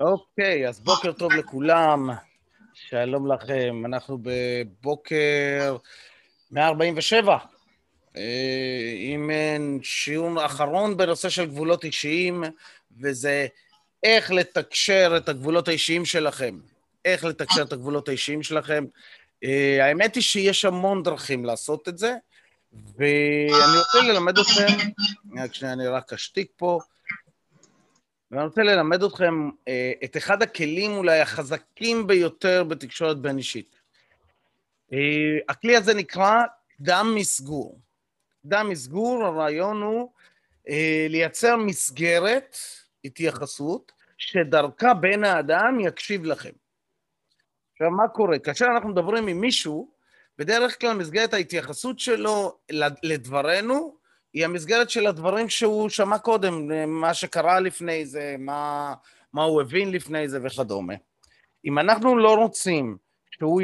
אוקיי, אז בוקר טוב לכולם, שלום לכם, אנחנו בבוקר 147, עם שיעור אחרון בנושא של גבולות אישיים, וזה איך לתקשר את הגבולות האישיים שלכם. איך לתקשר את הגבולות האישיים שלכם. האמת היא שיש המון דרכים לעשות את זה, ואני רוצה ללמד אתכם, רק שנייה, אני רק אשתיק פה, ואני רוצה ללמד אתכם את אחד הכלים אולי החזקים ביותר בתקשורת בין אישית. הכלי הזה נקרא קדם מסגור. קדם מסגור, הרעיון הוא לייצר מסגרת התייחסות שדרכה בין האדם יקשיב לכם. עכשיו, מה קורה? כאשר אנחנו מדברים עם מישהו, בדרך כלל מסגרת ההתייחסות שלו לדברנו, היא המסגרת של הדברים שהוא שמע קודם, מה שקרה לפני זה, מה הוא הבין לפני זה וכדומה. אם אנחנו לא רוצים שהוא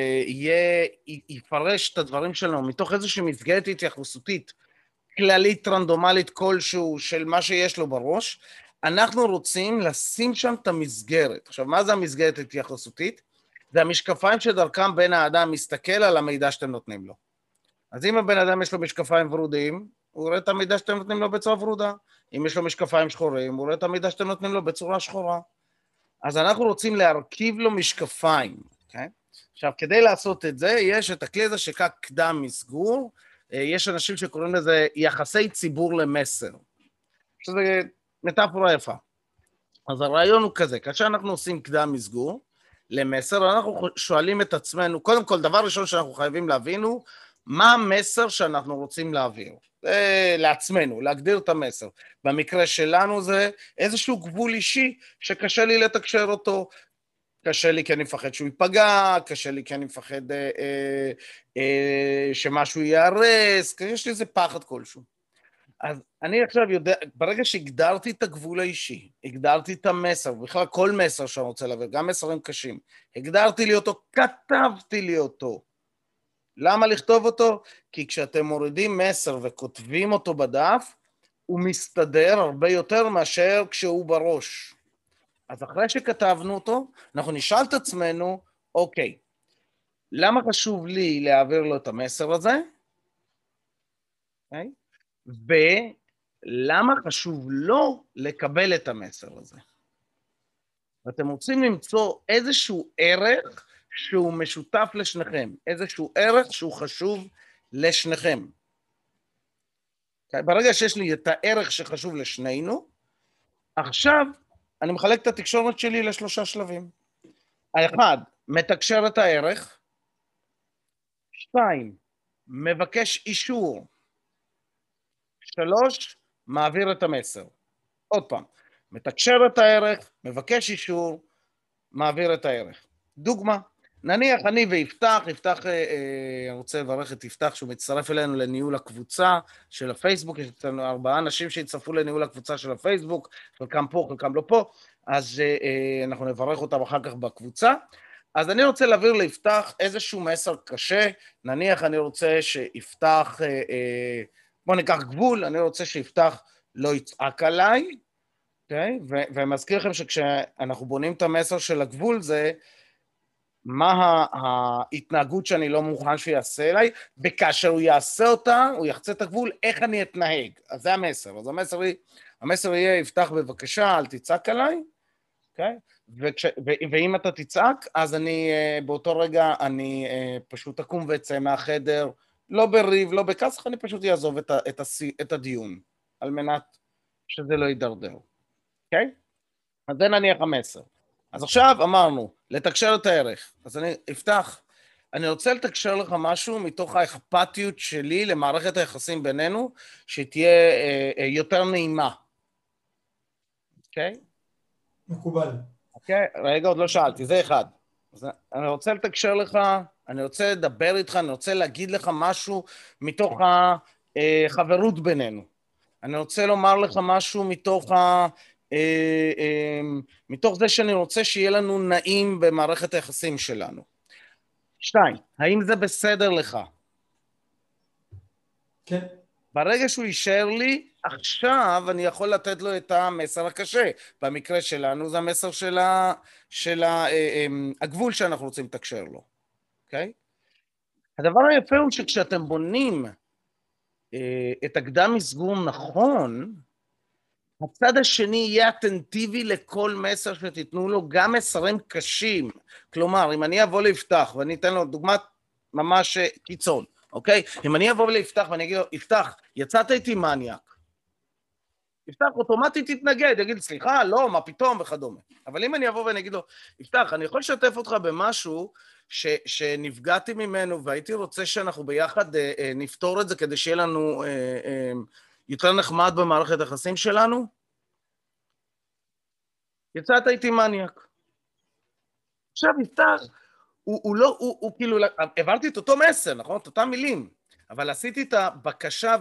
יפרש את הדברים שלנו מתוך איזושהי מסגרת התייחסותית, כללית, רנדומלית כלשהו של מה שיש לו בראש, אנחנו רוצים לשים שם את המסגרת. עכשיו, מה זה המסגרת התייחסותית? זה המשקפיים שדרכם בין האדם מסתכל על המידע שאתם נותנים לו. אז אם הבן אדם יש לו משקפיים ורודים, הוא רואה את המידע שאתם נותנים לו בצורה ורודה. אם יש לו משקפיים שחורים, הוא רואה את המידע שאתם נותנים לו בצורה שחורה. אז אנחנו רוצים להרכיב לו משקפיים. Okay? עכשיו, כדי לעשות את זה, יש את הכלי הזה שקרא קדם מסגור, יש אנשים שקוראים לזה יחסי ציבור למסר. שזה מטאפורה יפה. אז הרעיון הוא כזה, כאשר אנחנו עושים קדם מסגור למסר, אנחנו שואלים את עצמנו, קודם כל, דבר ראשון שאנחנו חייבים להבין הוא, מה המסר שאנחנו רוצים להעביר? לעצמנו, להגדיר את המסר. במקרה שלנו זה איזשהו גבול אישי שקשה לי לתקשר אותו, קשה לי כי אני מפחד שהוא ייפגע, קשה לי כי אני מפחד שמשהו ייהרס, יש לי איזה פחד כלשהו. אז אני עכשיו יודע, ברגע שהגדרתי את הגבול האישי, הגדרתי את המסר, בכלל כל מסר שאני רוצה להעביר, גם מסרים קשים, הגדרתי לי אותו, כתבתי לי אותו. למה לכתוב אותו? כי כשאתם מורידים מסר וכותבים אותו בדף, הוא מסתדר הרבה יותר מאשר כשהוא בראש. אז אחרי שכתבנו אותו, אנחנו נשאל את עצמנו, אוקיי, למה חשוב לי להעביר לו את המסר הזה? אוקיי? ולמה חשוב לו לקבל את המסר הזה? ואתם רוצים למצוא איזשהו ערך שהוא משותף לשניכם, איזשהו ערך שהוא חשוב לשניכם. ברגע שיש לי את הערך שחשוב לשנינו, עכשיו אני מחלק את התקשורת שלי לשלושה שלבים. האחד, מתקשר את הערך. 2, מבקש אישור. 3, מעביר את המסר. עוד פעם, מתקשר את הערך, מבקש אישור, מעביר את הערך. דוגמה, נניח אני ויפתח, אני רוצה לברך את יפתח שהוא מצטרף אלינו לניהול הקבוצה של הפייסבוק, יש לנו 4 אנשים שהצטרפו לניהול הקבוצה של הפייסבוק, חלקם פה, חלקם לא פה, אז אנחנו נברך אותם אחר כך בקבוצה. אז אני רוצה להעביר ליפתח איזשהו מסר קשה, נניח אני רוצה שיפתח, בוא ניקח גבול, אני רוצה שיפתח לא יצעק עליי, okay? ומזכיר לכם שכשאנחנו בונים את המסר של הגבול זה, מה ההתנהגות שאני לא מוכן שיעשה אליי, וכאשר הוא יעשה אותה, הוא יחצה את הגבול, איך אני אתנהג. אז זה המסר. אז המסר יהיה, יפתח בבקשה, אל תצעק עליי, אוקיי? ואם אתה תצעק, אז אני, באותו רגע, אני פשוט אקום ואצא מהחדר, לא בריב, לא בכסח, אני פשוט אעזוב את הדיון, על מנת שזה לא יידרדר, אוקיי? אז זה נניח המסר. אז עכשיו אמרנו, לתקשר את הערך. אז אני אפתח, אני רוצה לתקשר לך משהו מתוך האכפתיות שלי למערכת היחסים בינינו, שתהיה יותר נעימה. אוקיי? מקובל. אוקיי? רגע, עוד לא שאלתי, זה אחד. אז אני רוצה לתקשר לך, אני רוצה לדבר איתך, אני רוצה להגיד לך משהו מתוך החברות בינינו. אני רוצה לומר לך משהו מתוך זה שאני רוצה שיהיה לנו נעים במערכת היחסים שלנו. 2, האם זה בסדר לך? כן. ברגע שהוא יישאר לי, עכשיו אני יכול לתת לו את המסר הקשה. במקרה שלנו זה המסר הגבול שאנחנו רוצים לתקשר לו, אוקיי? הדבר היפה הוא שכשאתם בונים את הקדם מסגור נכון, הצד השני יהיה אטנטיבי לכל מסר שתיתנו לו, גם מסרים קשים. כלומר, אם אני אבוא ליפתח ואני אתן לו דוגמת ממש קיצון, אוקיי? אם אני אבוא ליפתח ואני אגיד לו, יפתח, יצאת איתי מניאק. יפתח אוטומטית יתנגד, יגיד, סליחה, לא, מה פתאום וכדומה. אבל אם אני אבוא ואני אגיד לו, יפתח, אני יכול לשתף אותך במשהו שנפגעתי ממנו, והייתי רוצה שאנחנו ביחד נפתור את זה כדי שיהיה לנו יותר נחמד במערכת היחסים שלנו? יצאת איתי מניאק. עכשיו יפתח, הוא כאילו, עברתי את אותו מסר, נכון? את אותם מילים, אבל עשיתי את הבקשה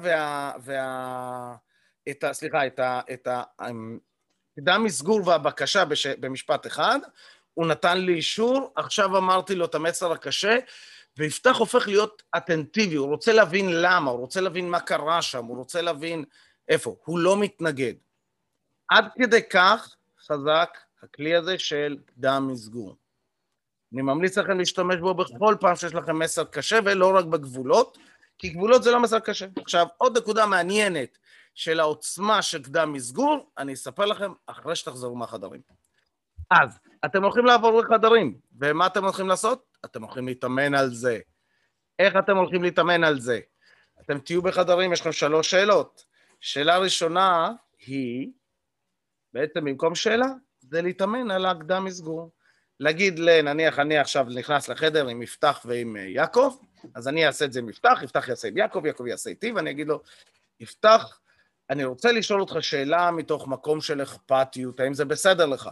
את הקדם מסגור והבקשה במשפט אחד, הוא נתן לי אישור, עכשיו אמרתי לו את המסר הקשה, ויפתח הופך להיות אטנטיבי, הוא רוצה להבין למה, הוא רוצה להבין מה קרה שם, הוא רוצה להבין איפה, הוא לא מתנגד. עד כדי כך חזק הכלי הזה של קדם מסגור. אני ממליץ לכם להשתמש בו בכל פעם שיש לכם מסר קשה, ולא רק בגבולות, כי גבולות זה לא מסר קשה. עכשיו, עוד נקודה מעניינת של העוצמה של קדם מסגור, אני אספר לכם אחרי שתחזרו מהחדרים. אז, אתם הולכים לעבור לחדרים, ומה אתם הולכים לעשות? אתם הולכים להתאמן על זה. איך אתם הולכים להתאמן על זה? אתם תהיו בחדרים, יש לכם 3 שאלות. שאלה ראשונה היא, בעצם במקום שאלה, זה להתאמן על הקדם מסגור. להגיד נניח אני עכשיו נכנס לחדר עם יפתח ועם יעקב, אז אני אעשה את זה עם יפתח, יפתח יעשה עם יעקב, יעקב יעשה איתי, ואני אגיד לו, יפתח, אני רוצה לשאול אותך שאלה מתוך מקום של אכפתיות, האם זה בסדר לך?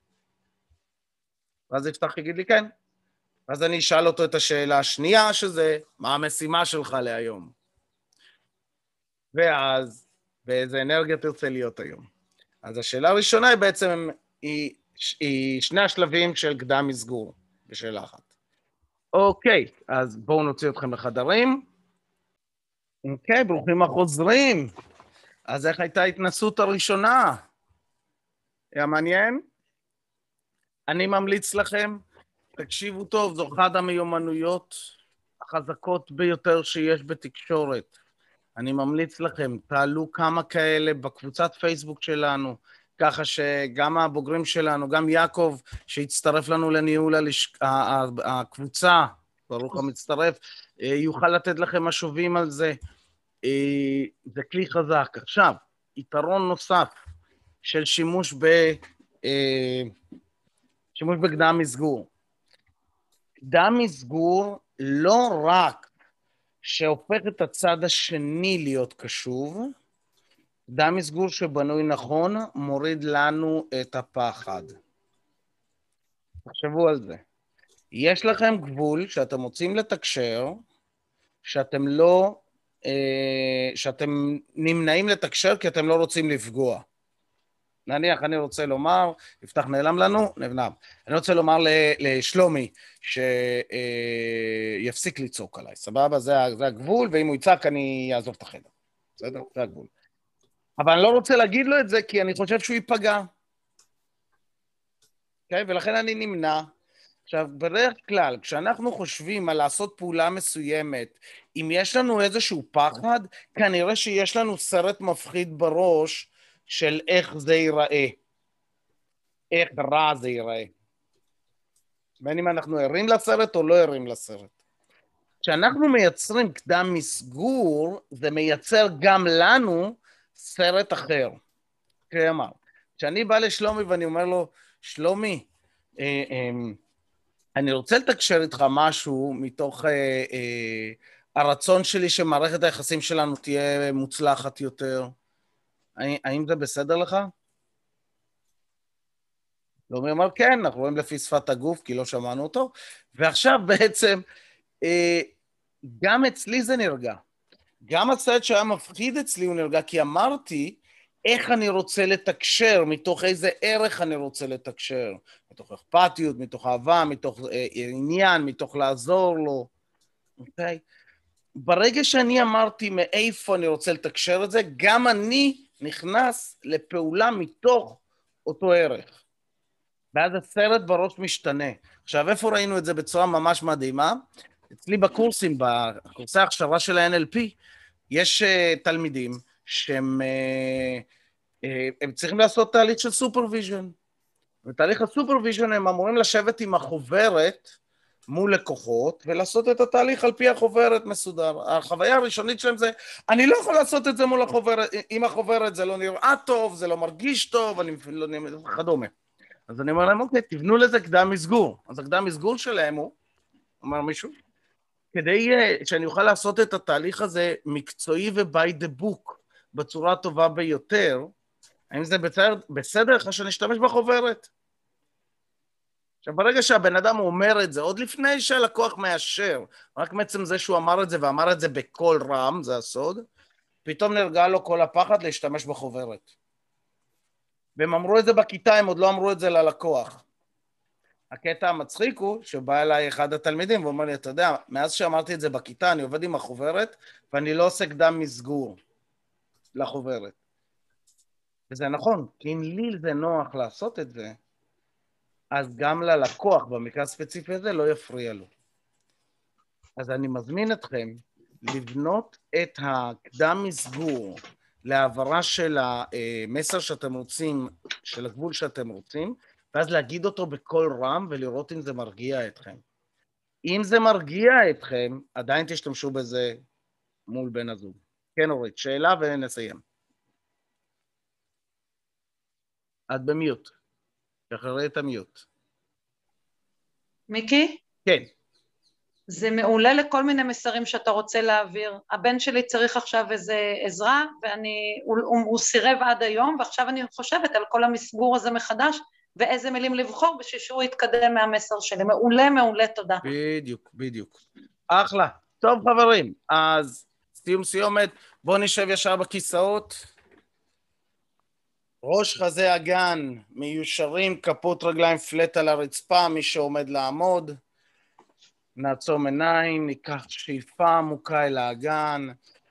ואז יפתח יגיד לי כן. ואז אני אשאל אותו את השאלה השנייה, שזה, מה המשימה שלך להיום? ואז, באיזה אנרגיה תרצה להיות היום? אז השאלה הראשונה היא בעצם, היא 2 השלבים של קדם מסגור, בשאלה אחת. אוקיי, אז בואו נוציא אתכם לחדרים. אוקיי, ברוכים החוזרים. אז איך הייתה ההתנסות הראשונה? היה מעניין? אני ממליץ לכם, תקשיבו טוב, זו אחת המיומנויות החזקות ביותר שיש בתקשורת. אני ממליץ לכם, תעלו כמה כאלה בקבוצת פייסבוק שלנו, ככה שגם הבוגרים שלנו, גם יעקב, שהצטרף לנו לניהול הקבוצה, ברוך המצטרף, יוכל לתת לכם משובים על זה. זה כלי חזק. עכשיו, יתרון נוסף של שימוש בקדם מסגור. קדם מסגור לא רק שהופך את הצד השני להיות קשוב, קדם מסגור שבנוי נכון מוריד לנו את הפחד. תחשבו על זה. יש לכם גבול שאתם רוצים לתקשר, שאתם נמנעים לתקשר כי אתם לא רוצים לפגוע. נניח, אני רוצה לומר, יפתח נעלם לנו, נבנם. אני רוצה לומר לשלומי שיפסיק לצעוק עליי, סבבה? זה הגבול, ואם הוא יצעק אני אעזוב את החדר. בסדר? זה הגבול. אבל אני לא רוצה להגיד לו את זה כי אני חושב שהוא ייפגע. אוקיי? ולכן אני נמנע. עכשיו, בדרך כלל, כשאנחנו חושבים על לעשות פעולה מסוימת, אם יש לנו איזשהו פחד, כנראה שיש לנו סרט מפחיד בראש של איך זה ייראה. איך רע זה ייראה. בין אם אנחנו ערים לסרט או לא ערים לסרט. כשאנחנו מייצרים קדם מסגור, זה מייצר גם לנו סרט אחר. כלומר, כשאני בא לשלומי ואני אומר לו, שלומי, אני רוצה לתקשר איתך משהו מתוך הרצון שלי שמערכת היחסים שלנו תהיה מוצלחת יותר. האם זה בסדר לך? שלומי אומר, כן, אנחנו רואים לפי שפת הגוף, כי לא שמענו אותו. ועכשיו בעצם, גם אצלי זה נרגע. גם הצד שהיה מפחיד אצלי הוא נרגע, כי אמרתי, איך אני רוצה לתקשר, מתוך איזה ערך אני רוצה לתקשר, מתוך אכפתיות, מתוך אהבה, מתוך עניין, מתוך לעזור לו, אוקיי? ברגע שאני אמרתי מאיפה אני רוצה לתקשר את זה, גם אני נכנס לפעולה מתוך אותו ערך. ואז הסרט בראש משתנה. עכשיו, איפה ראינו את זה בצורה ממש מדהימה? אצלי בקורסים, בקורסי ההכשרה של ה-NLP, יש תלמידים שהם הם צריכים לעשות תהליך של סופרוויז'ן. בתהליך הסופרוויז'ן הם אמורים לשבת עם החוברת מול לקוחות, ולעשות את התהליך על פי החוברת מסודר. החוויה הראשונית שלהם זה, אני לא יכול לעשות את זה מול החוברת, עם החוברת זה לא נראה טוב, זה לא מרגיש טוב, אני לא נראה כדומה. אז אני אומר להם, אוקיי, תבנו לזה קדם מסגור. אז הקדם מסגור שלהם הוא, אומר מישהו, כדי שאני אוכל לעשות את התהליך הזה מקצועי ו-by the book, בצורה הטובה ביותר, האם זה בסדר לך שנשתמש בחוברת? עכשיו, ברגע שהבן אדם אומר את זה, עוד לפני שהלקוח מאשר, רק בעצם זה שהוא אמר את זה, ואמר את זה בקול רם, זה הסוד, פתאום נרגע לו כל הפחד להשתמש בחוברת. והם אמרו את זה בכיתה, הם עוד לא אמרו את זה ללקוח. הקטע המצחיק הוא שבא אליי אחד התלמידים, ואומר לי, אתה יודע, מאז שאמרתי את זה בכיתה, אני עובד עם החוברת, ואני לא עושה קדם מסגור לחוברת. וזה נכון, כי אם לי זה נוח לעשות את זה, אז גם ללקוח במקרה הספציפי הזה לא יפריע לו. אז אני מזמין אתכם לבנות את הקדם מסגור להעברה של המסר שאתם רוצים, של הגבול שאתם רוצים, ואז להגיד אותו בקול רם ולראות אם זה מרגיע אתכם. אם זה מרגיע אתכם, עדיין תשתמשו בזה מול בן הזוג. כן, אורית, שאלה ונסיים. את במיוט. שחררי את המיוט. מיקי? כן. זה מעולה לכל מיני מסרים שאתה רוצה להעביר. הבן שלי צריך עכשיו איזה עזרה, הוא סירב עד היום, ועכשיו אני חושבת על כל המסגור הזה מחדש, ואיזה מילים לבחור בשביל שהוא יתקדם מהמסר שלי. מעולה, מעולה, תודה. בדיוק, בדיוק. אחלה. טוב, חברים, אז סיומת, בואו נשב ישר בכיסאות. ראש חזה אגן, מיושרים, כפות רגליים פלט על הרצפה, מי שעומד לעמוד. נעצום עיניים, ניקח שאיפה עמוקה אל האגן.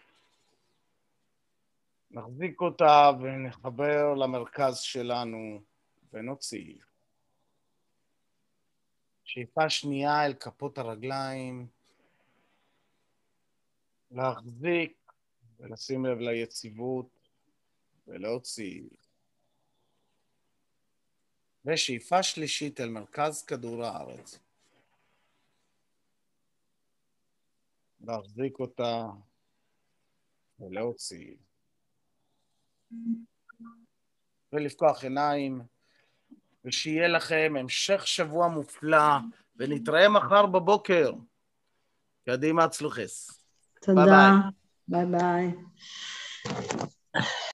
נחזיק אותה ונחבר למרכז שלנו ונוציא. שאיפה שנייה אל כפות הרגליים. להחזיק ולשים לב ליציבות ולהוציא. ושאיפה שלישית אל מרכז כדור הארץ. להחזיק אותה ולהוציא. ולפקוח עיניים, ושיהיה לכם המשך שבוע מופלא, ונתראה מחר בבוקר. קדימה, הצלוחס. תודה. ביי ביי.